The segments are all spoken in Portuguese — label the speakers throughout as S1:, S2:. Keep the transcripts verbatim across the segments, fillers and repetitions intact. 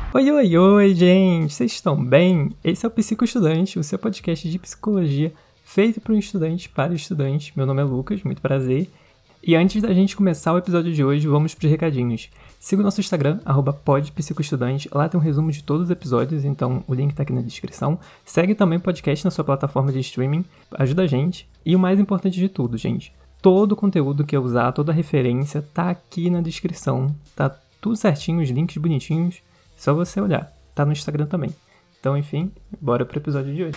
S1: Oi, oi, oi, gente! Vocês estão bem? Esse é o Psico Estudante, o seu podcast de psicologia feito por um estudante para estudante. Meu nome é Lucas, muito prazer. E antes da gente começar o episódio de hoje, vamos para os recadinhos. Siga o nosso Instagram, arroba podpsicoestudante. Lá tem um resumo de todos os episódios, então o link tá aqui na descrição. Segue também o podcast na sua plataforma de streaming, ajuda a gente. E o mais importante de tudo, gente, todo o conteúdo que eu usar, toda a referência, tá aqui na descrição. Tá tudo certinho, os links bonitinhos, só você olhar. Tá no Instagram também. Então, enfim, bora pro episódio de hoje.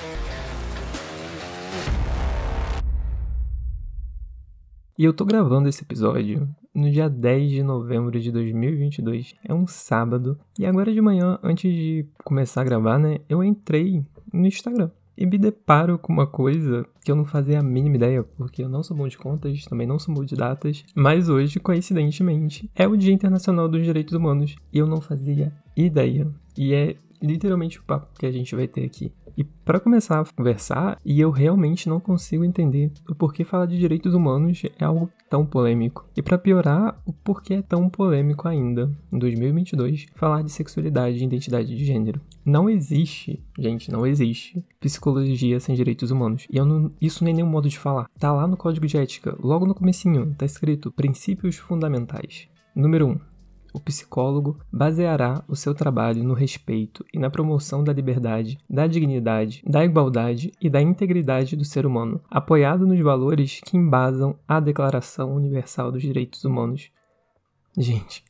S1: E eu tô gravando esse episódio no dia dez de novembro de dois mil e vinte e dois. É um sábado. E agora de manhã, antes de começar a gravar, né, eu entrei no Instagram. E me deparo com uma coisa que eu não fazia a mínima ideia, porque eu não sou bom de contas, também não sou bom de datas. Mas hoje, coincidentemente, é o Dia Internacional dos Direitos Humanos. E eu não fazia ideia. E é literalmente o papo que a gente vai ter aqui. E para começar a conversar, e eu realmente não consigo entender o porquê falar de direitos humanos é algo tão polêmico. E para piorar, o porquê é tão polêmico ainda, em dois mil e vinte e dois, falar de sexualidade e identidade de gênero. Não existe, gente, não existe psicologia sem direitos humanos. E eu não, isso nem é nenhum modo de falar. Tá lá no Código de Ética, logo no comecinho, tá escrito Princípios Fundamentais. Número um. O psicólogo baseará o seu trabalho no respeito e na promoção da liberdade, da dignidade, da igualdade e da integridade do ser humano, apoiado nos valores que embasam a Declaração Universal dos Direitos Humanos. Gente,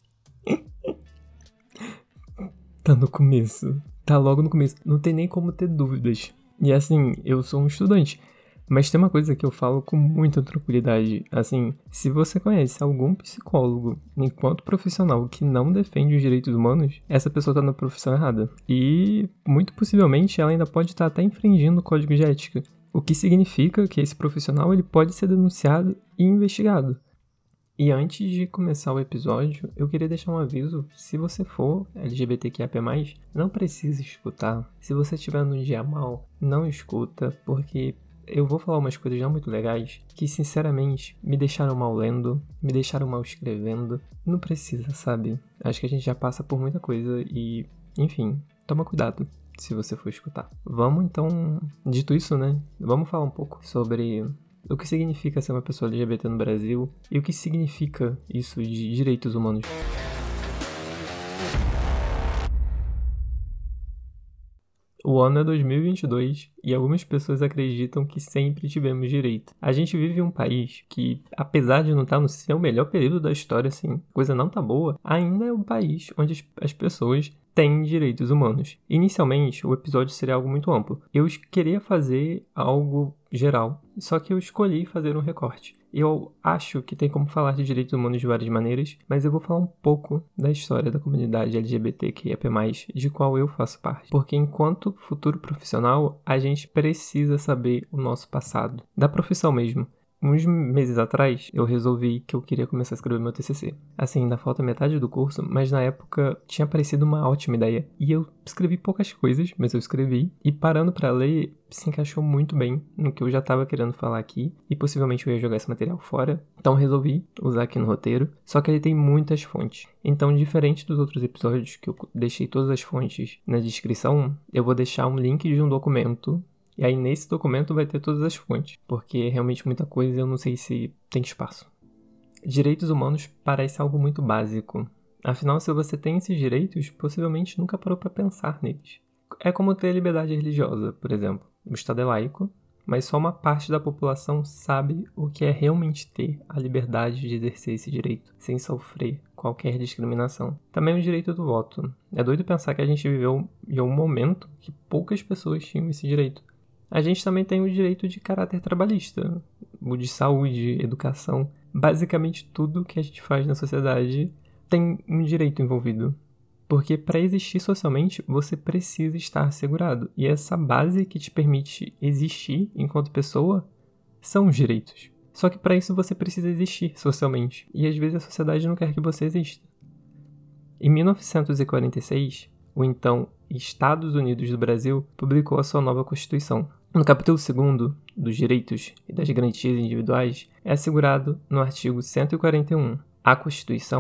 S1: tá no começo, tá logo no começo, não tem nem como ter dúvidas. E assim, eu sou um estudante, mas tem uma coisa que eu falo com muita tranquilidade, assim, se você conhece algum psicólogo enquanto profissional que não defende os direitos humanos, essa pessoa tá na profissão errada. E, muito possivelmente, ela ainda pode estar até infringindo o código de ética, o que significa que esse profissional ele pode ser denunciado e investigado. E antes de começar o episódio, eu queria deixar um aviso, se você for L G B T Q I A P mais, não precisa escutar. Se você estiver num dia mal, não escuta, porque eu vou falar umas coisas não muito legais que, sinceramente, me deixaram mal lendo, me deixaram mal escrevendo. Não precisa, sabe? Acho que a gente já passa por muita coisa e, enfim, toma cuidado se você for escutar. Vamos, então, dito isso, né? Vamos falar um pouco sobre o que significa ser uma pessoa L G B T no Brasil e o que significa isso de direitos humanos. O ano é dois mil e vinte e dois e algumas pessoas acreditam que sempre tivemos direito. A gente vive em um país que, apesar de não estar no seu melhor período da história, assim, coisa não tá boa, ainda é um país onde as pessoas têm direitos humanos. Inicialmente, o episódio seria algo muito amplo. Eu queria fazer algo geral, só que eu escolhi fazer um recorte. Eu acho que tem como falar de direitos humanos de várias maneiras, mas eu vou falar um pouco da história da comunidade L G B T Q I A P mais, de qual eu faço parte. Porque enquanto futuro profissional, a gente precisa saber o nosso passado, da profissão mesmo. Uns meses atrás, eu resolvi que eu queria começar a escrever meu T C C. Assim, ainda falta metade do curso, mas na época tinha parecido uma ótima ideia. E eu escrevi poucas coisas, mas eu escrevi. E parando pra ler, se encaixou muito bem no que eu já estava querendo falar aqui. E possivelmente eu ia jogar esse material fora. Então resolvi usar aqui no roteiro. Só que ele tem muitas fontes. Então, diferente dos outros episódios, que eu deixei todas as fontes na descrição, eu vou deixar um link de um documento. E aí nesse documento vai ter todas as fontes, porque é realmente muita coisa e eu não sei se tem espaço. Direitos humanos parece algo muito básico. Afinal, se você tem esses direitos, possivelmente nunca parou para pensar neles. É como ter liberdade religiosa, por exemplo. O Estado é laico, mas só uma parte da população sabe o que é realmente ter a liberdade de exercer esse direito, sem sofrer qualquer discriminação. Também o direito do voto. É doido pensar que a gente viveu em um momento que poucas pessoas tinham esse direito. A gente também tem o direito de caráter trabalhista, o de saúde, educação. Basicamente tudo que a gente faz na sociedade tem um direito envolvido. Porque para existir socialmente, você precisa estar assegurado. E essa base que te permite existir enquanto pessoa são os direitos. Só que para isso você precisa existir socialmente. E às vezes a sociedade não quer que você exista. Em mil novecentos e quarenta e seis, o então Estados Unidos do Brasil publicou a sua nova Constituição. No capítulo segundo dos direitos e das garantias individuais, é assegurado no artigo cento e quarenta e um: a Constituição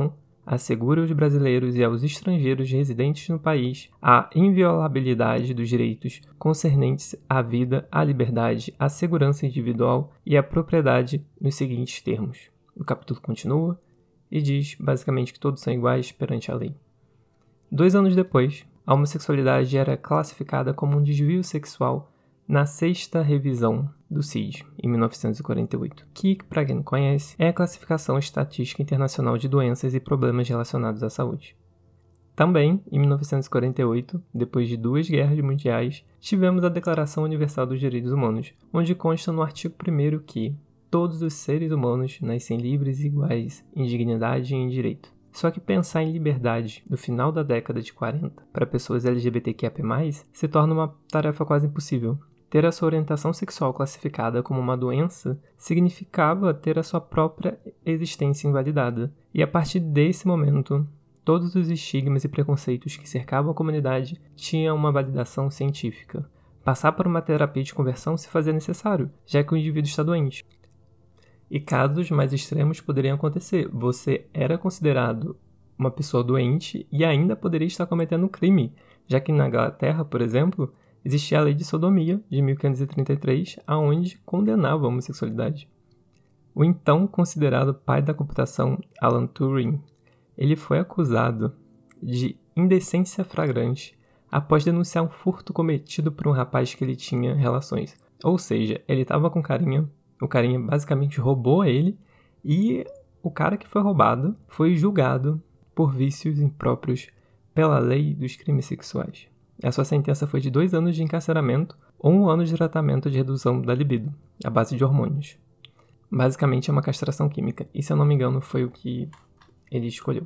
S1: assegura aos brasileiros e aos estrangeiros residentes no país a inviolabilidade dos direitos concernentes à vida, à liberdade, à segurança individual e à propriedade nos seguintes termos. O capítulo continua e diz basicamente que todos são iguais perante a lei. Dois anos depois, a homossexualidade era classificada como um desvio sexual na sexta revisão do C I D, em mil novecentos e quarenta e oito, que, para quem não conhece, é a Classificação Estatística Internacional de Doenças e Problemas Relacionados à Saúde. Também, em mil novecentos e quarenta e oito, depois de duas guerras mundiais, tivemos a Declaração Universal dos Direitos Humanos, onde consta no artigo primeiro que todos os seres humanos nascem livres e iguais em dignidade e em direito. Só que pensar em liberdade no final da década de quarenta para pessoas L G B T Q I A P mais, se torna uma tarefa quase impossível. Ter a sua orientação sexual classificada como uma doença significava ter a sua própria existência invalidada. E a partir desse momento, todos os estigmas e preconceitos que cercavam a comunidade tinham uma validação científica. Passar por uma terapia de conversão se fazia necessário, já que o indivíduo está doente. E casos mais extremos poderiam acontecer. Você era considerado uma pessoa doente e ainda poderia estar cometendo um crime, já que na Inglaterra, por exemplo, existia a Lei de Sodomia, de mil quinhentos e trinta e três, aonde condenava a homossexualidade. O então considerado pai da computação, Alan Turing, ele foi acusado de indecência flagrante após denunciar um furto cometido por um rapaz que ele tinha relações. Ou seja, ele estava com carinha, o carinha basicamente roubou ele e o cara que foi roubado foi julgado por vícios impróprios pela lei dos crimes sexuais. A sua sentença foi de dois anos de encarceramento ou um ano de tratamento de redução da libido, à base de hormônios. Basicamente é uma castração química, e se eu não me engano foi o que ele escolheu.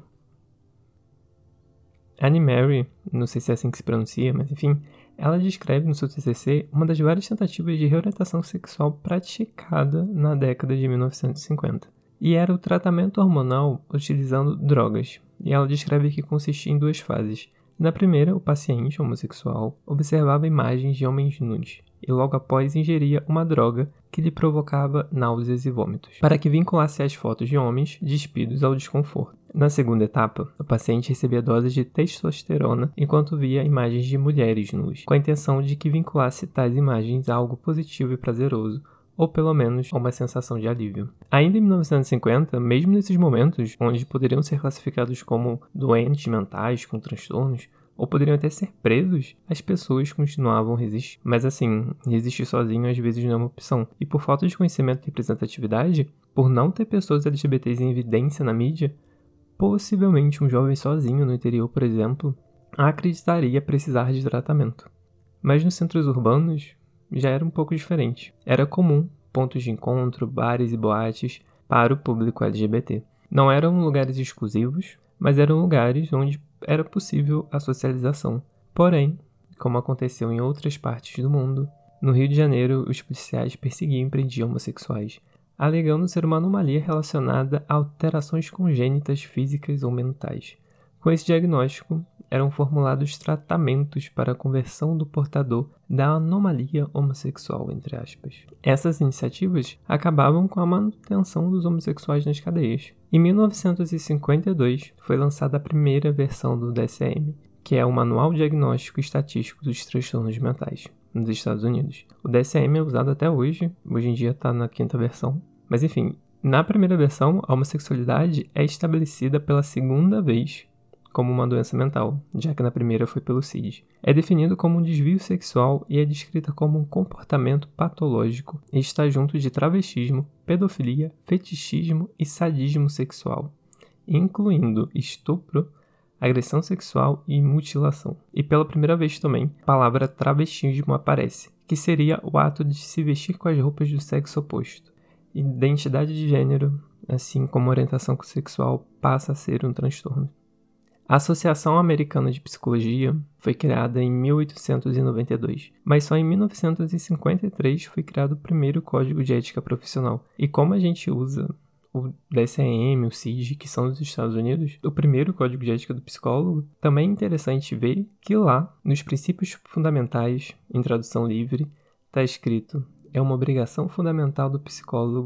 S1: Anne Mary, não sei se é assim que se pronuncia, mas enfim, ela descreve no seu T C C uma das várias tentativas de reorientação sexual praticada na década de mil novecentos e cinquenta. E era o tratamento hormonal utilizando drogas, e ela descreve que consistia em duas fases. Na primeira, o paciente homossexual observava imagens de homens nus e logo após ingeria uma droga que lhe provocava náuseas e vômitos, para que vinculasse as fotos de homens despidos ao desconforto. Na segunda etapa, o paciente recebia doses de testosterona enquanto via imagens de mulheres nuas, com a intenção de que vinculasse tais imagens a algo positivo e prazeroso, ou pelo menos a uma sensação de alívio. Ainda em mil novecentos e cinquenta, mesmo nesses momentos, onde poderiam ser classificados como doentes mentais com transtornos, ou poderiam até ser presos, as pessoas continuavam a resistir. Mas assim, resistir sozinho às vezes não é uma opção. E por falta de conhecimento e representatividade, por não ter pessoas L G B T s em evidência na mídia, possivelmente um jovem sozinho no interior, por exemplo, acreditaria precisar de tratamento. Mas nos centros urbanos, já era um pouco diferente. Era comum pontos de encontro, bares e boates para o público L G B T. Não eram lugares exclusivos, mas eram lugares onde era possível a socialização. Porém, como aconteceu em outras partes do mundo, no Rio de Janeiro os policiais perseguiam e prendiam homossexuais, alegando ser uma anomalia relacionada a alterações congênitas físicas ou mentais. Com esse diagnóstico, eram formulados tratamentos para a conversão do portador da anomalia homossexual, entre aspas. Essas iniciativas acabavam com a manutenção dos homossexuais nas cadeias. Em mil novecentos e cinquenta e dois, foi lançada a primeira versão do D S M, que é o Manual Diagnóstico e Estatístico dos Transtornos Mentais, nos Estados Unidos. O D S M é usado até hoje, hoje em dia está na quinta versão. Mas enfim, na primeira versão, a homossexualidade é estabelecida pela segunda vez como uma doença mental, já que na primeira foi pelo C I D. É definido como um desvio sexual e é descrita como um comportamento patológico e está junto de travestismo, pedofilia, fetichismo e sadismo sexual, incluindo estupro, agressão sexual e mutilação. E pela primeira vez também, a palavra travestismo aparece, que seria o ato de se vestir com as roupas do sexo oposto. Identidade de gênero, assim como orientação sexual, passa a ser um transtorno. A Associação Americana de Psicologia foi criada em mil oitocentos e noventa e dois, mas só em mil novecentos e cinquenta e três foi criado o primeiro Código de Ética Profissional. E como a gente usa o D S M, o C I D, que são dos Estados Unidos, o primeiro Código de Ética do Psicólogo, também é interessante ver que lá, nos princípios fundamentais, em tradução livre, está escrito: é uma obrigação fundamental do psicólogo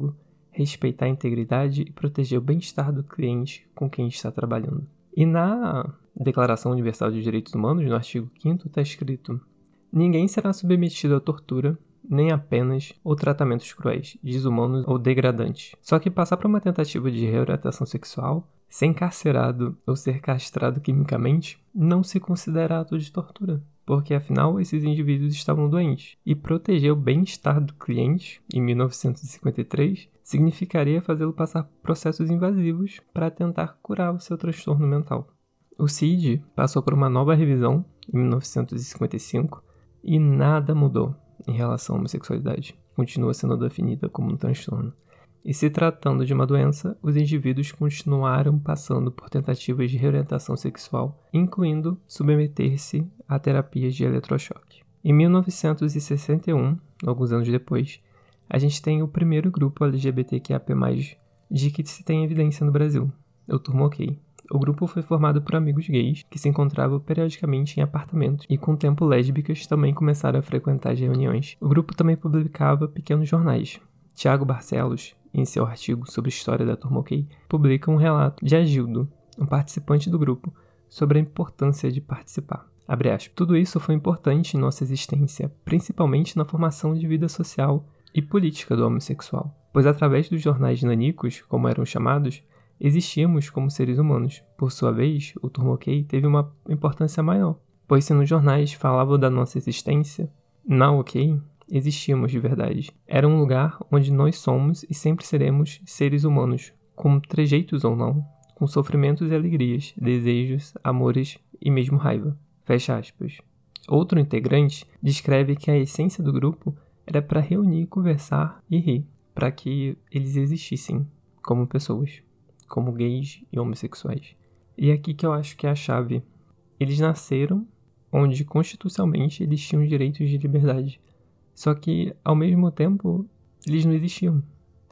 S1: respeitar a integridade e proteger o bem-estar do cliente com quem está trabalhando. E na Declaração Universal de Direitos Humanos, no artigo quinto, está escrito: ninguém será submetido à tortura, nem a penas ou tratamentos cruéis, desumanos ou degradantes. Só que passar por uma tentativa de reorientação sexual, ser encarcerado ou ser castrado quimicamente, não se considera ato de tortura, porque afinal esses indivíduos estavam doentes. E proteger o bem-estar do cliente, em mil novecentos e cinquenta e três, significaria fazê-lo passar por processos invasivos para tentar curar o seu transtorno mental. O C I D passou por uma nova revisão, em mil novecentos e cinquenta e cinco, e nada mudou em relação à homossexualidade. Continua sendo definida como um transtorno. E se tratando de uma doença, os indivíduos continuaram passando por tentativas de reorientação sexual, incluindo submeter-se a terapias de eletrochoque. Em mil novecentos e sessenta e um, alguns anos depois, a gente tem o primeiro grupo L G B T Q I A P mais, de que se tem evidência no Brasil, o Turma OK. O grupo foi formado por amigos gays que se encontravam periodicamente em apartamentos e, com o tempo, lésbicas também começaram a frequentar as reuniões. O grupo também publicava pequenos jornais. Tiago Barcelos, em seu artigo sobre a história da Turma OK, publica um relato de Agildo, um participante do grupo, sobre a importância de participar. Abre aspas. Tudo isso foi importante em nossa existência, principalmente na formação de vida social e política do homossexual, pois através dos jornais nanicos, como eram chamados, existíamos como seres humanos. Por sua vez, o Turma OK teve uma importância maior, pois se nos jornais falavam da nossa existência, na OK existíamos de verdade. Era um lugar onde nós somos e sempre seremos seres humanos, com trejeitos ou não, com sofrimentos e alegrias, desejos, amores e mesmo raiva. Fecha aspas. Outro integrante descreve que a essência do grupo era para reunir, conversar e rir, para que eles existissem como pessoas, como gays e homossexuais. E é aqui que eu acho que é a chave. Eles nasceram onde constitucionalmente eles tinham direitos de liberdade, só que ao mesmo tempo eles não existiam.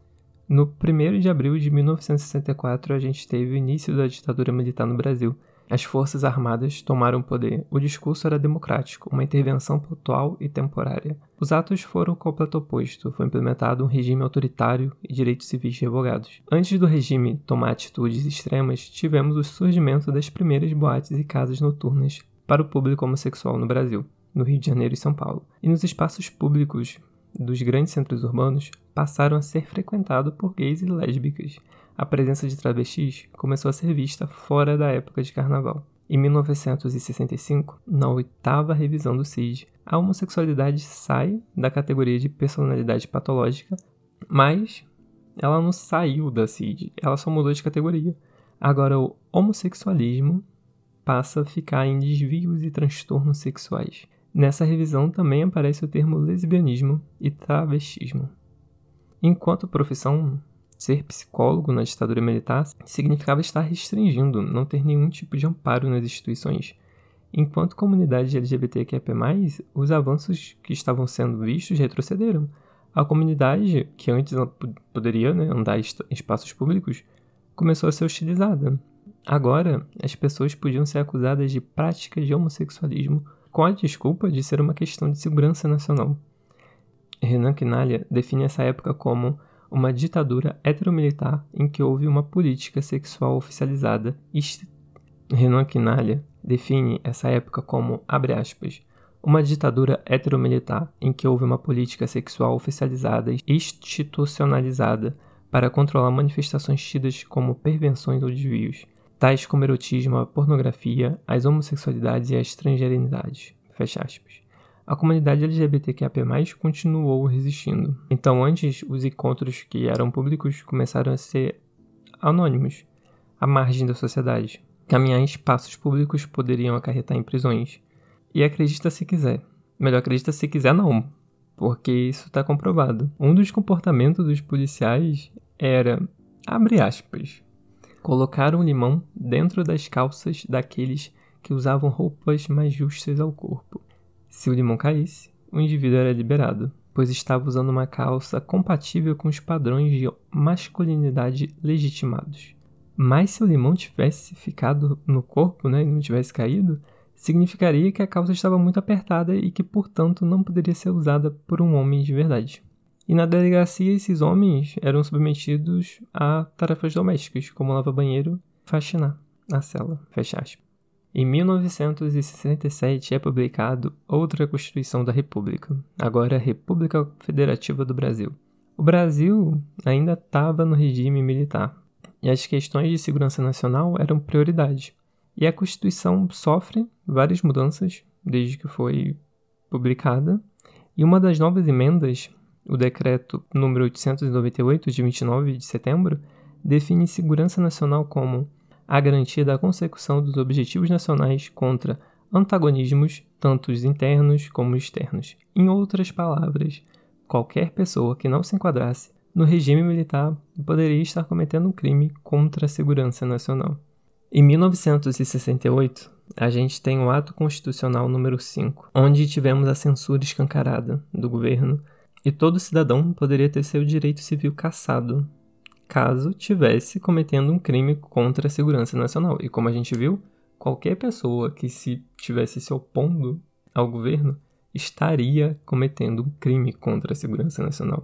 S1: No primeiro de abril de mil novecentos e sessenta e quatro a gente teve o início da ditadura militar no Brasil. As forças armadas tomaram o poder. O discurso era democrático, uma intervenção pontual e temporária. Os atos foram o completo oposto. Foi implementado um regime autoritário e direitos civis revogados. Antes do regime tomar atitudes extremas, tivemos o surgimento das primeiras boates e casas noturnas para o público homossexual no Brasil, no Rio de Janeiro e São Paulo. E nos espaços públicos dos grandes centros urbanos passaram a ser frequentados por gays e lésbicas. A presença de travestis começou a ser vista fora da época de carnaval. Em mil novecentos e sessenta e cinco, na oitava revisão do C I D, a homossexualidade sai da categoria de personalidade patológica, mas ela não saiu da C I D, ela só mudou de categoria. Agora o homossexualismo passa a ficar em desvios e transtornos sexuais. Nessa revisão também aparece o termo lesbianismo e travestismo. Enquanto profissão, ser psicólogo na ditadura militar significava estar restringindo, não ter nenhum tipo de amparo nas instituições. Enquanto comunidade L G B T Q I A P mais, os avanços que estavam sendo vistos retrocederam. A comunidade, que antes poderia, né, andar em espaços públicos, começou a ser hostilizada. Agora, as pessoas podiam ser acusadas de prática de homossexualismo com a desculpa de ser uma questão de segurança nacional. Renan Quinalha define essa época como uma ditadura heteromilitar em que houve uma política sexual oficializada. Est... Renan Quinalha define essa época como, abre aspas, uma ditadura heteromilitar em que houve uma política sexual oficializada e institucionalizada para controlar manifestações tidas como perversões ou desvios, tais como erotismo, a pornografia, as homossexualidades e as transgeneridades. Fecha aspas. A comunidade L G B T Q I A P mais, continuou resistindo. Então, antes, os encontros que eram públicos começaram a ser anônimos, à margem da sociedade. Caminhar em espaços públicos poderiam acarretar em prisões. E acredita se quiser. Melhor, acredita se quiser não, porque isso está comprovado. Um dos comportamentos dos policiais era, abre aspas, colocar um limão dentro das calças daqueles que usavam roupas mais justas ao corpo. Se o limão caísse, o indivíduo era liberado, pois estava usando uma calça compatível com os padrões de masculinidade legitimados. Mas se o limão tivesse ficado no corpo, né, e não tivesse caído, significaria que a calça estava muito apertada e que, portanto, não poderia ser usada por um homem de verdade. E na delegacia, esses homens eram submetidos a tarefas domésticas, como lavar banheiro e faxinar a cela, fecha aspas. Em mil novecentos e sessenta e sete é publicado outra Constituição da República, agora a República Federativa do Brasil. O Brasil ainda estava no regime militar, e as questões de segurança nacional eram prioridade. E a Constituição sofre várias mudanças desde que foi publicada, e uma das novas emendas, o Decreto número oitocentos e noventa e oito, de vinte e nove de setembro, define segurança nacional como a garantia da consecução dos objetivos nacionais contra antagonismos, tanto os internos como os externos. Em outras palavras, qualquer pessoa que não se enquadrasse no regime militar poderia estar cometendo um crime contra a segurança nacional. Em mil novecentos e sessenta e oito, a gente tem o Ato Constitucional número cinco, onde tivemos a censura escancarada do governo e todo cidadão poderia ter seu direito civil cassado caso tivesse cometendo um crime contra a segurança nacional. E como a gente viu, qualquer pessoa que se tivesse se opondo ao governo estaria cometendo um crime contra a segurança nacional.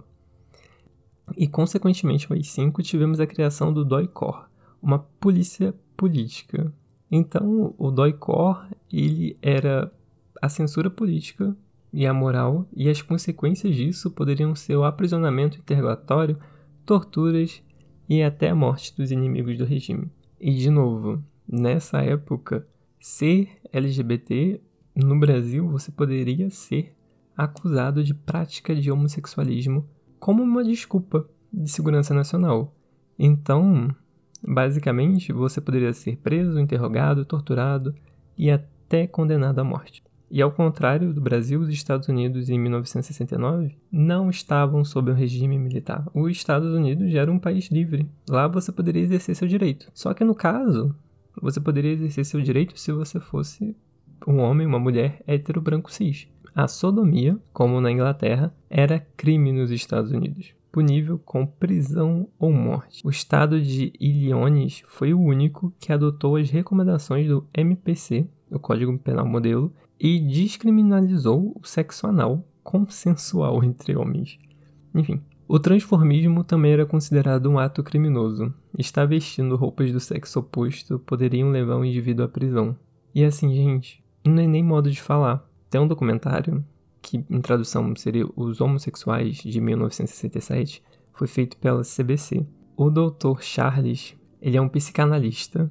S1: E, consequentemente, no A I cinco, tivemos a criação do D O I-Cor, uma polícia política. Então, o D O I-Cor, ele era a censura política e a moral, e as consequências disso poderiam ser o aprisionamento interrogatório, torturas e até a morte dos inimigos do regime. E, de novo, nessa época, ser L G B T no Brasil, você poderia ser acusado de prática de homossexualismo como uma desculpa de segurança nacional. Então, basicamente, você poderia ser preso, interrogado, torturado e até condenado à morte. E ao contrário do Brasil, os Estados Unidos, em mil novecentos e sessenta e nove, não estavam sob um regime militar. Os Estados Unidos já era um país livre. Lá você poderia exercer seu direito. Só que no caso, você poderia exercer seu direito se você fosse um homem, uma mulher, hétero, branco, cis. A sodomia, como na Inglaterra, era crime nos Estados Unidos, punível com prisão ou morte. O estado de Illinois foi o único que adotou as recomendações do M P C, o Código Penal Modelo, e descriminalizou o sexo anal consensual entre homens. Enfim, o transformismo também era considerado um ato criminoso. Estar vestindo roupas do sexo oposto poderiam levar um indivíduo à prisão. E assim, gente, não é nem modo de falar. Tem um documentário, que em tradução seria Os Homossexuais, de mil novecentos e sessenta e sete, foi feito pela C B C. O doutor Charles, ele é um psicanalista,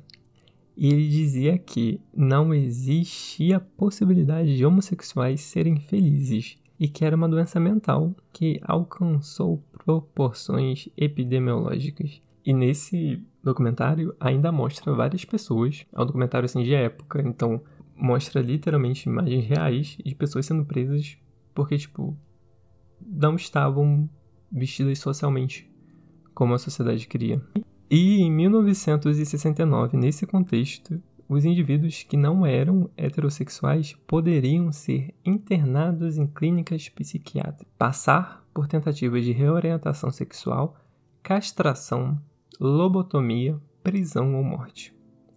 S1: e ele dizia que não existia possibilidade de homossexuais serem felizes e que era uma doença mental que alcançou proporções epidemiológicas. E nesse documentário ainda mostra várias pessoas, é um documentário assim de época, então mostra literalmente imagens reais de pessoas sendo presas porque, tipo, não estavam vestidas socialmente como a sociedade queria. E em mil novecentos e sessenta e nove, nesse contexto, os indivíduos que não eram heterossexuais poderiam ser internados em clínicas psiquiátricas, passar por tentativas de reorientação sexual, castração, lobotomia, prisão ou morte.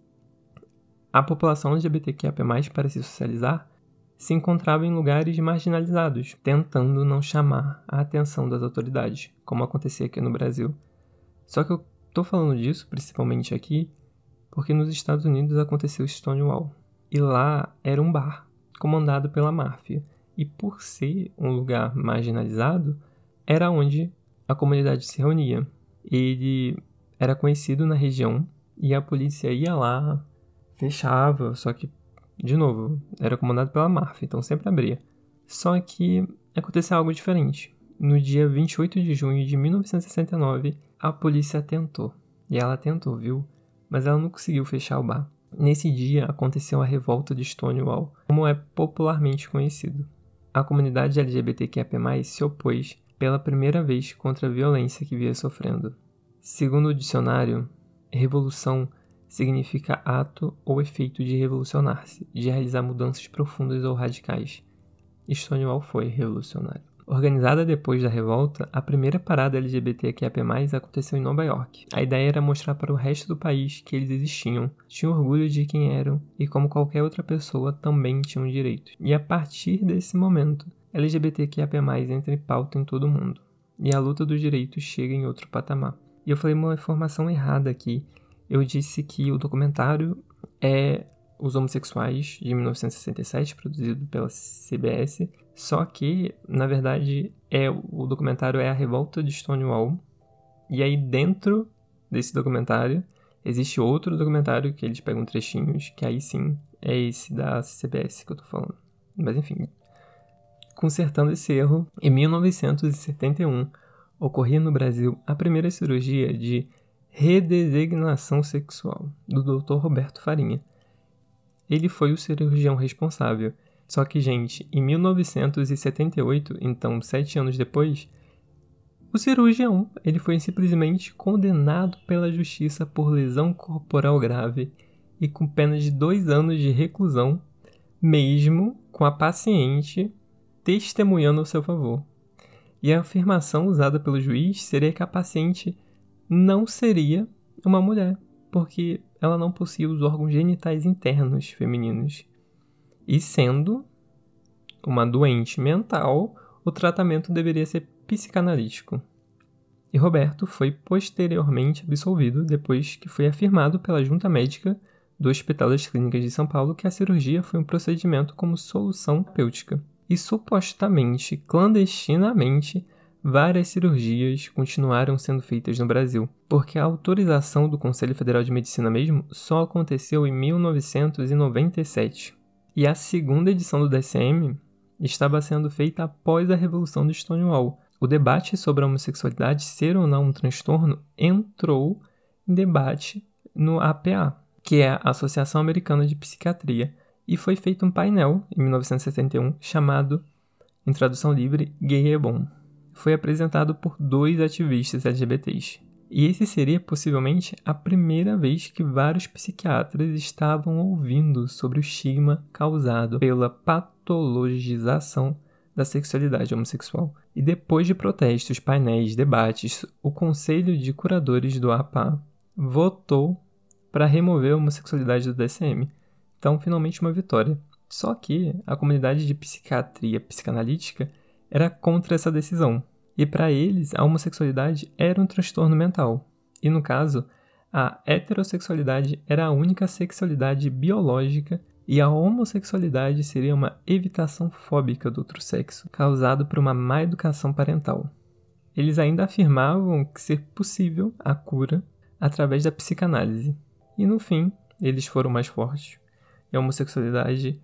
S1: A população L G B T Q I A P mais, para se socializar, se encontrava em lugares marginalizados, tentando não chamar a atenção das autoridades, como acontecia aqui no Brasil. Só que eu estou falando disso, principalmente aqui, porque nos Estados Unidos aconteceu Stonewall. E lá era um bar, comandado pela máfia. E por ser um lugar marginalizado, era onde a comunidade se reunia. Ele era conhecido na região e a polícia ia lá, fechava, só que, de novo, era comandado pela máfia, então sempre abria. Só que aconteceu algo diferente. No dia vinte e oito de junho de mil novecentos e sessenta e nove, a polícia tentou. E ela tentou, viu? Mas ela não conseguiu fechar o bar. Nesse dia aconteceu a revolta de Stonewall, como é popularmente conhecido. A comunidade L G B T Q I A P mais, se opôs pela primeira vez contra a violência que via sofrendo. Segundo o dicionário, revolução significa ato ou efeito de revolucionar-se, de realizar mudanças profundas ou radicais. Stonewall foi revolucionário. Organizada depois da revolta, a primeira parada L G B T Q I A P mais, aconteceu em Nova York. A ideia era mostrar para o resto do país que eles existiam, tinham orgulho de quem eram e como qualquer outra pessoa também tinham direitos. E a partir desse momento, L G B T Q I A P mais, entra em pauta em todo o mundo. e a luta dos direitos chega em outro patamar. E eu falei uma informação errada aqui. Eu disse que o documentário é Os Homossexuais, de mil novecentos e sessenta e sete, produzido pela C B S, só que, na verdade, é, o documentário é A Revolta de Stonewall, e aí dentro desse documentário existe outro documentário que eles pegam trechinhos, que aí sim é esse da C B S que eu tô falando. Mas enfim, consertando esse erro, em mil novecentos e setenta e um ocorria no Brasil a primeira cirurgia de redesignação sexual do doutor Roberto Farinha. Ele foi o cirurgião responsável. Só que, gente, em mil novecentos e setenta e oito, então sete anos depois, o cirurgião ele foi simplesmente condenado pela justiça por lesão corporal grave e com pena de dois anos de reclusão, mesmo com a paciente testemunhando ao seu favor. E a afirmação usada pelo juiz seria que a paciente não seria uma mulher, porque ela não possuía os órgãos genitais internos femininos. E sendo uma doente mental, o tratamento deveria ser psicanalítico. E Roberto foi posteriormente absolvido depois que foi afirmado pela junta médica do Hospital das Clínicas de São Paulo que a cirurgia foi um procedimento como solução terapêutica. E supostamente, clandestinamente, várias cirurgias continuaram sendo feitas no Brasil, porque a autorização do Conselho Federal de Medicina mesmo só aconteceu em mil novecentos e noventa e sete. E a segunda edição do D S M estava sendo feita após a Revolução de Stonewall. O debate sobre a homossexualidade ser ou não um transtorno entrou em debate no A P A, que é a Associação Americana de Psiquiatria, e foi feito um painel, em mil novecentos e setenta e um, chamado, em tradução livre, Gay é Bom. Foi apresentado por dois ativistas L G B T s. E esse seria possivelmente a primeira vez que vários psiquiatras estavam ouvindo sobre o estigma causado pela patologização da sexualidade homossexual. E depois de protestos, painéis, debates, o Conselho de Curadores do A P A votou para remover a homossexualidade do D S M. Então, finalmente uma vitória. Só que a comunidade de psiquiatria psicanalítica era contra essa decisão. E para eles, a homossexualidade era um transtorno mental. E no caso, a heterossexualidade era a única sexualidade biológica e a homossexualidade seria uma evitação fóbica do outro sexo, causado por uma má educação parental. Eles ainda afirmavam que ser possível a cura através da psicanálise. E no fim, eles foram mais fortes. E a homossexualidade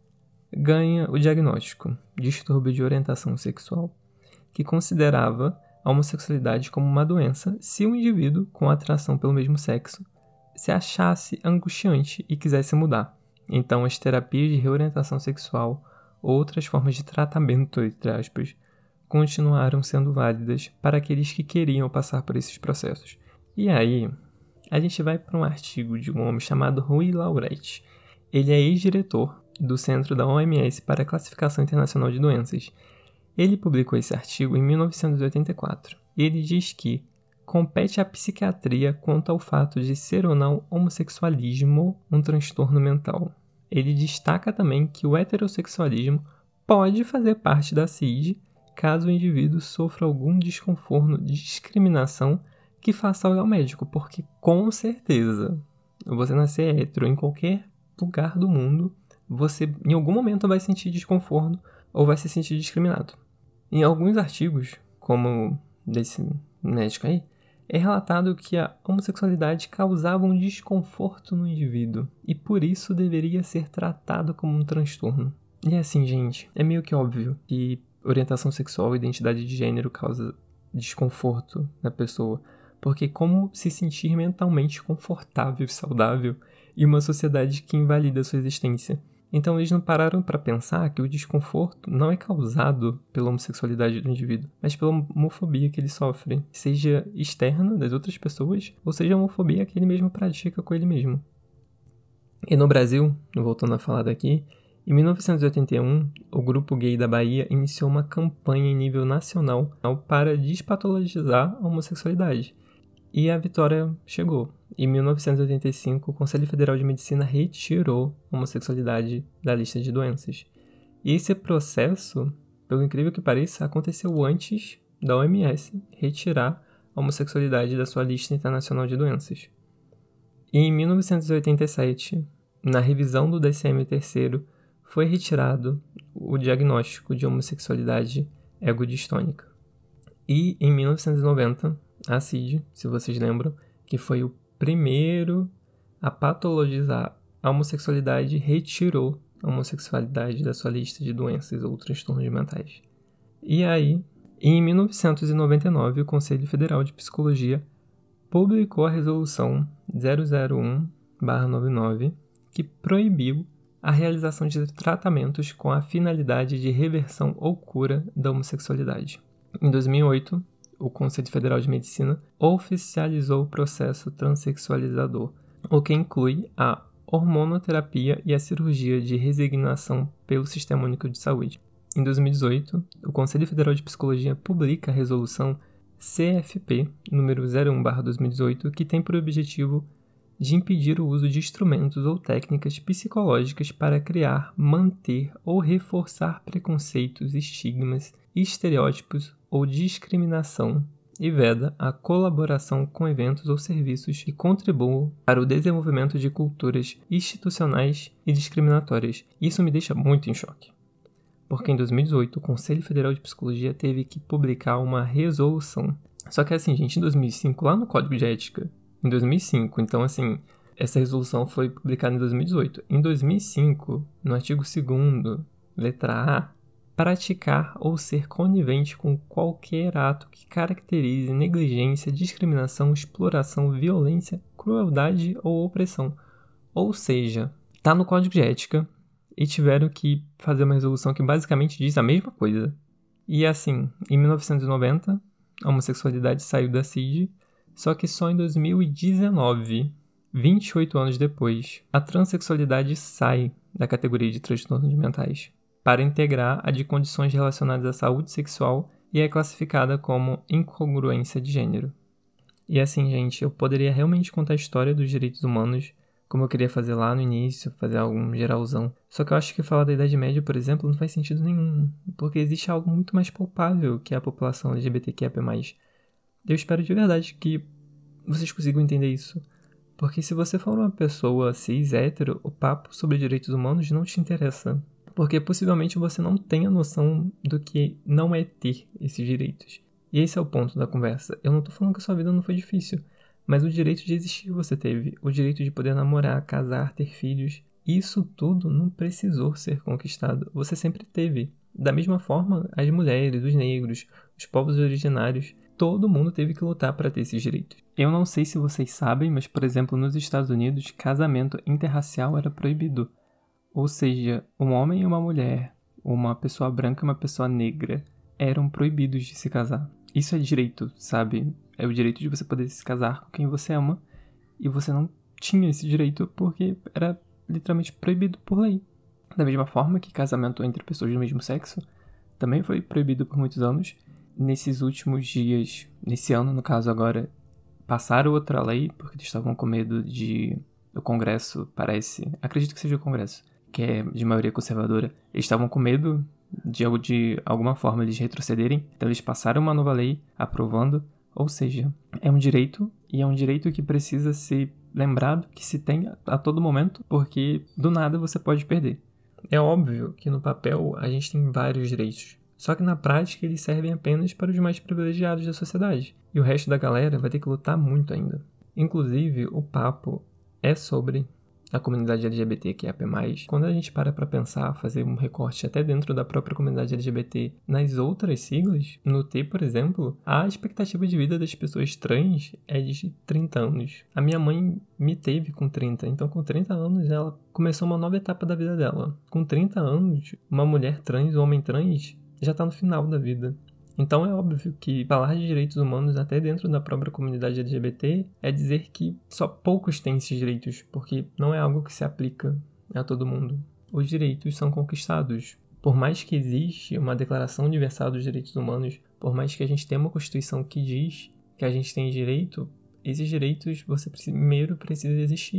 S1: ganha o diagnóstico, distúrbio de orientação sexual, que considerava a homossexualidade como uma doença se o indivíduo com atração pelo mesmo sexo se achasse angustiante e quisesse mudar. Então, as terapias de reorientação sexual, outras formas de tratamento, entre aspas, continuaram sendo válidas para aqueles que queriam passar por esses processos. E aí, a gente vai para um artigo de um homem chamado Rui Lauretti. Ele é ex-diretor do Centro da O M S para a Classificação Internacional de Doenças. Ele publicou esse artigo em mil novecentos e oitenta e quatro. E ele diz que compete à psiquiatria quanto ao fato de ser ou não homossexualismo um transtorno mental. Ele destaca também que o heterossexualismo pode fazer parte da C I D caso o indivíduo sofra algum desconforto de discriminação que faça ir ao médico, porque com certeza você nascer hétero em qualquer lugar do mundo, você em algum momento vai sentir desconforto ou vai se sentir discriminado. Em alguns artigos, como desse médico aí, é relatado que a homossexualidade causava um desconforto no indivíduo e por isso deveria ser tratado como um transtorno. E assim, gente, é meio que óbvio que orientação sexual e identidade de gênero causa desconforto na pessoa, porque como se sentir mentalmente confortável e saudável em uma sociedade que invalida sua existência? Então eles não pararam para pensar que o desconforto não é causado pela homossexualidade do indivíduo, mas pela homofobia que ele sofre, seja externa das outras pessoas, ou seja a homofobia que ele mesmo pratica com ele mesmo. E no Brasil, voltando a falar daqui, em mil novecentos e oitenta e um, o Grupo Gay da Bahia iniciou uma campanha em nível nacional para despatologizar a homossexualidade. E a vitória chegou. Em mil novecentos e oitenta e cinco, o Conselho Federal de Medicina retirou a homossexualidade da lista de doenças. E esse processo, pelo incrível que pareça, aconteceu antes da O M S retirar a homossexualidade da sua lista internacional de doenças. E em mil novecentos e oitenta e sete, na revisão do D S M terceiro, foi retirado o diagnóstico de homossexualidade egodistônica. E em mil novecentos e noventa, a C I D, se vocês lembram, que foi o primeiro a patologizar a homossexualidade, retirou a homossexualidade da sua lista de doenças ou transtornos mentais. E aí, em mil novecentos e noventa e nove, o Conselho Federal de Psicologia publicou a Resolução zero zero um barra noventa e nove, que proibiu a realização de tratamentos com a finalidade de reversão ou cura da homossexualidade. Em dois mil e oito, o Conselho Federal de Medicina oficializou o processo transexualizador, o que inclui a hormonoterapia e a cirurgia de resignação pelo Sistema Único de Saúde. Em dois mil e dezoito, o Conselho Federal de Psicologia publica a Resolução C F P número zero um barra dois mil e dezoito, que tem por objetivo de impedir o uso de instrumentos ou técnicas psicológicas para criar, manter ou reforçar preconceitos, estigmas, estereótipos ou discriminação, e veda a colaboração com eventos ou serviços que contribuam para o desenvolvimento de culturas institucionais e discriminatórias. Isso me deixa muito em choque, porque em dois mil e dezoito o Conselho Federal de Psicologia teve que publicar uma resolução. Só que assim, gente, em dois mil e cinco, lá no Código de Ética, em dois mil e cinco, então assim, essa resolução foi publicada em dois mil e dezoito. Em dois mil e cinco, no artigo segundo, letra A, praticar ou ser conivente com qualquer ato que caracterize negligência, discriminação, exploração, violência, crueldade ou opressão. Ou seja, tá no Código de Ética e tiveram que fazer uma resolução que basicamente diz a mesma coisa. E assim, em mil novecentos e noventa, a homossexualidade saiu da C I D, só que só em dois mil e dezenove, vinte e oito anos depois, a transexualidade sai da categoria de transtornos mentais para integrar a de condições relacionadas à saúde sexual e é classificada como incongruência de gênero. E assim, gente, eu poderia realmente contar a história dos direitos humanos, como eu queria fazer lá no início, fazer algum geralzão. Só que eu acho que falar da Idade Média, por exemplo, não faz sentido nenhum, porque existe algo muito mais palpável que a população L G B T Q I A P mais. Eu espero de verdade que vocês consigam entender isso. Porque se você for uma pessoa cis, hétero, o papo sobre direitos humanos não te interessa. Porque possivelmente você não tem a noção do que não é ter esses direitos. E esse é o ponto da conversa. Eu não tô falando que a sua vida não foi difícil, mas o direito de existir você teve. O direito de poder namorar, casar, ter filhos. Isso tudo não precisou ser conquistado. Você sempre teve. Da mesma forma, as mulheres, os negros, os povos originários, todo mundo teve que lutar para ter esses direitos. Eu não sei se vocês sabem, mas, por exemplo, nos Estados Unidos, casamento interracial era proibido. Ou seja, um homem e uma mulher, uma pessoa branca e uma pessoa negra, eram proibidos de se casar. Isso é direito, sabe? É o direito de você poder se casar com quem você ama, e você não tinha esse direito porque era literalmente proibido por lei. Da mesma forma que casamento entre pessoas do mesmo sexo também foi proibido por muitos anos. Nesses últimos dias, nesse ano no caso agora, passaram outra lei porque eles estavam com medo de o Congresso, parece, acredito que seja o Congresso, que é de maioria conservadora, eles estavam com medo de, de alguma forma eles retrocederem, então eles passaram uma nova lei aprovando, ou seja, é um direito e é um direito que precisa ser lembrado, que se tem a todo momento, porque do nada você pode perder. É óbvio que no papel a gente tem vários direitos, só que na prática eles servem apenas para os mais privilegiados da sociedade, e o resto da galera vai ter que lutar muito ainda. Inclusive, o papo é sobre a comunidade L G B T Q I A P mais. Quando a gente para para pensar, fazer um recorte até dentro da própria comunidade L G B T nas outras siglas, no T, por exemplo, a expectativa de vida das pessoas trans é de trinta anos. A minha mãe me teve com trinta, então com trinta anos ela começou uma nova etapa da vida dela. Com trinta anos, uma mulher trans, um homem trans, já está no final da vida. Então é óbvio que falar de direitos humanos até dentro da própria comunidade L G B T é dizer que só poucos têm esses direitos, porque não é algo que se aplica a todo mundo. Os direitos são conquistados. Por mais que exista uma Declaração Universal dos Direitos Humanos, por mais que a gente tenha uma Constituição que diz que a gente tem direito, esses direitos você primeiro precisa existir.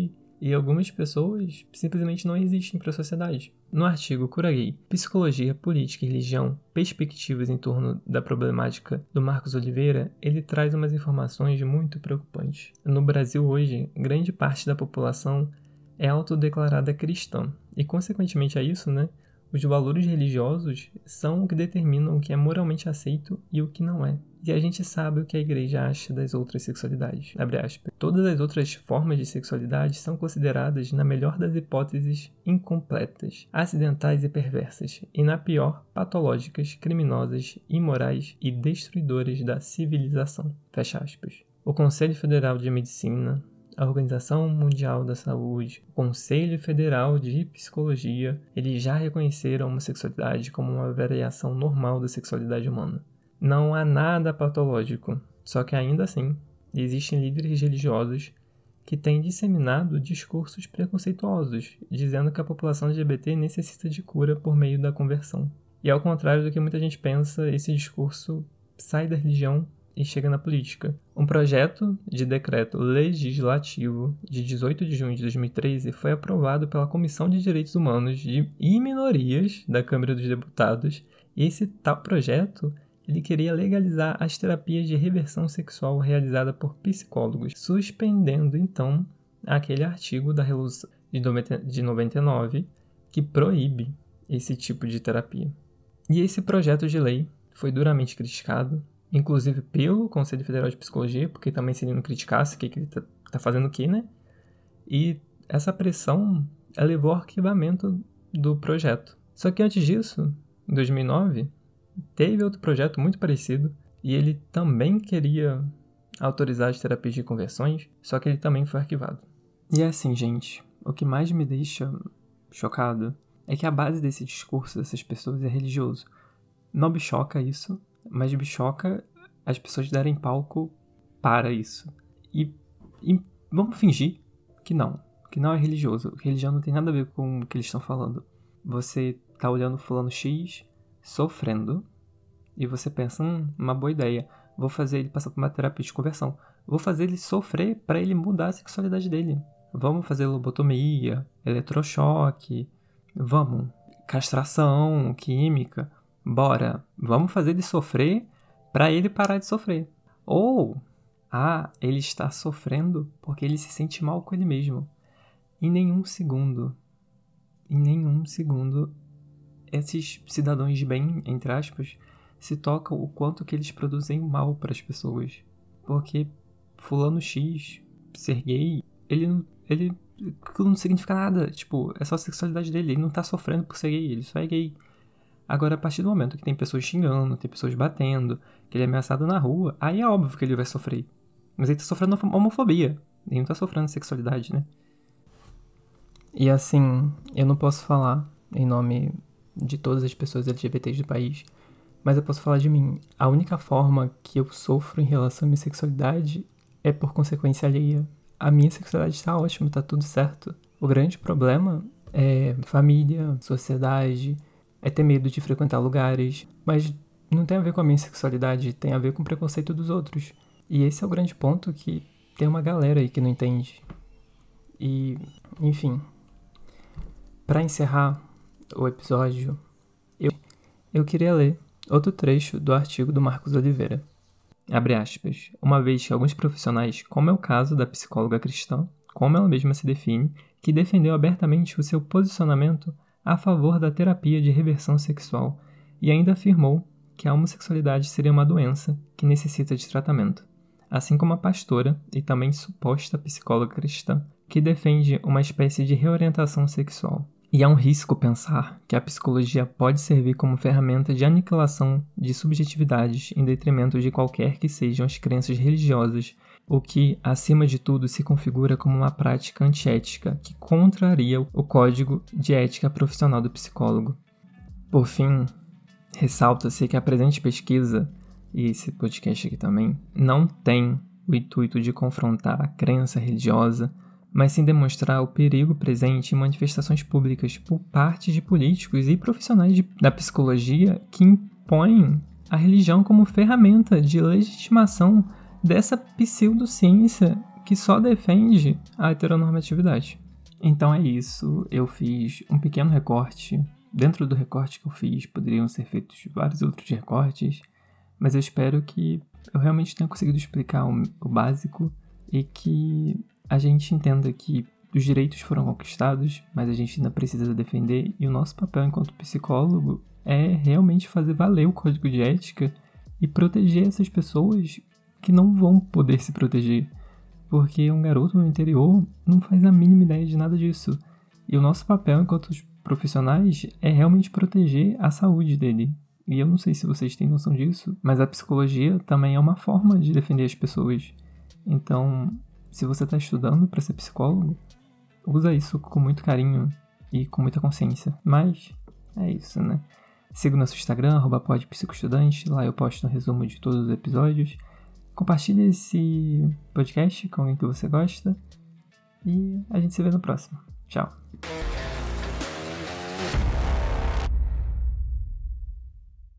S1: e algumas pessoas simplesmente não existem para a sociedade. No artigo Cura Gay, Psicologia, Política e Religião, Perspectivas em torno da problemática do Marcos Oliveira, ele traz umas informações muito preocupantes. No Brasil hoje, grande parte da população é autodeclarada cristã, e consequentemente a isso, né, os valores religiosos são o que determinam o que é moralmente aceito e o que não é. E a gente sabe o que a igreja acha das outras sexualidades. Abre aspas. Todas as outras formas de sexualidade são consideradas, na melhor das hipóteses, incompletas, acidentais e perversas, e na pior, patológicas, criminosas, imorais e destruidoras da civilização. Fecha aspas. O Conselho Federal de Medicina, a Organização Mundial da Saúde, o Conselho Federal de Psicologia, eles já reconheceram a homossexualidade como uma variação normal da sexualidade humana. Não há nada patológico, só que ainda assim, existem líderes religiosos que têm disseminado discursos preconceituosos, dizendo que a população L G B T necessita de cura por meio da conversão. E ao contrário do que muita gente pensa, esse discurso sai da religião e chega na política. Um projeto de decreto legislativo de dezoito de junho de dois mil e treze foi aprovado pela Comissão de Direitos Humanos e Minorias da Câmara dos Deputados, e esse tal projeto ele queria legalizar as terapias de reversão sexual realizadas por psicólogos, suspendendo então aquele artigo da Resolução de noventa e nove que proíbe esse tipo de terapia. E esse projeto de lei foi duramente criticado, inclusive pelo Conselho Federal de Psicologia, porque também se ele não criticasse, o que, que ele tá, tá fazendo o quê, né? E essa pressão levou ao arquivamento do projeto. Só que antes disso, em dois mil e nove, teve outro projeto muito parecido, e ele também queria autorizar as terapias de conversões, só que ele também foi arquivado. E é assim, gente, o que mais me deixa chocado é que a base desse discurso dessas pessoas é religioso. Não me choca isso, mas me choca as pessoas darem palco para isso. E, e vamos fingir que não, que não é religioso. Religião não tem nada a ver com o que eles estão falando. Você tá olhando fulano X sofrendo e você pensa, hum, uma boa ideia, vou fazer ele passar por uma terapia de conversão. Vou fazer ele sofrer para ele mudar a sexualidade dele. Vamos fazer lobotomia, eletrochoque, vamos, castração química. Bora, vamos fazer ele sofrer para ele parar de sofrer. Ou, ah, ele está sofrendo porque ele se sente mal com ele mesmo. Em nenhum segundo, em nenhum segundo, esses cidadãos de bem, entre aspas, se tocam o quanto que eles produzem mal para as pessoas. Porque fulano X, ser gay, ele não, ele, aquilo não significa nada. Tipo, é só a sexualidade dele, ele não tá sofrendo por ser gay, ele só é gay. Agora, a partir do momento que tem pessoas xingando, tem pessoas batendo, que ele é ameaçado na rua, aí é óbvio que ele vai sofrer. Mas ele tá sofrendo homofobia. Ele não tá sofrendo sexualidade, né? E assim, eu não posso falar em nome de todas as pessoas L G B Ts do país, mas eu posso falar de mim. A única forma que eu sofro em relação à minha sexualidade é por consequência alheia. A minha sexualidade tá ótima, tá tudo certo. O grande problema é família, sociedade, é ter medo de frequentar lugares, mas não tem a ver com a minha sexualidade, tem a ver com o preconceito dos outros. E esse é o grande ponto que tem uma galera aí que não entende. E, enfim, para encerrar o episódio, eu, eu queria ler outro trecho do artigo do Marcos Oliveira. Abre aspas. Uma vez que alguns profissionais, como é o caso da psicóloga cristã, como ela mesma se define, que defendeu abertamente o seu posicionamento a favor da terapia de reversão sexual e ainda afirmou que a homossexualidade seria uma doença que necessita de tratamento, assim como a pastora e também suposta psicóloga cristã que defende uma espécie de reorientação sexual. E há um risco pensar que a psicologia pode servir como ferramenta de aniquilação de subjetividades em detrimento de qualquer que sejam as crenças religiosas, o que, acima de tudo, se configura como uma prática antiética que contraria o código de ética profissional do psicólogo. Por fim, ressalta-se que a presente pesquisa, e esse podcast aqui também, não tem o intuito de confrontar a crença religiosa, mas sim demonstrar o perigo presente em manifestações públicas por parte de políticos e profissionais de, da psicologia que impõem a religião como ferramenta de legitimação dessa pseudociência que só defende a heteronormatividade. Então é isso, eu fiz um pequeno recorte. Dentro do recorte que eu fiz, poderiam ser feitos vários outros recortes, mas eu espero que eu realmente tenha conseguido explicar o, o básico e que a gente entenda que os direitos foram conquistados, mas a gente ainda precisa defender, e o nosso papel enquanto psicólogo é realmente fazer valer o código de ética e proteger essas pessoas que não vão poder se proteger, porque um garoto no interior não faz a mínima ideia de nada disso. E o nosso papel enquanto profissionais é realmente proteger a saúde dele. E eu não sei se vocês têm noção disso, mas a psicologia também é uma forma de defender as pessoas. Então, se você está estudando para ser psicólogo, usa isso com muito carinho e com muita consciência. Mas é isso, né? Siga o nosso Instagram, arroba podpsicoestudante. Lá eu posto um resumo de todos os episódios. Compartilhe esse podcast com alguém que você gosta. E a gente se vê no próximo. Tchau.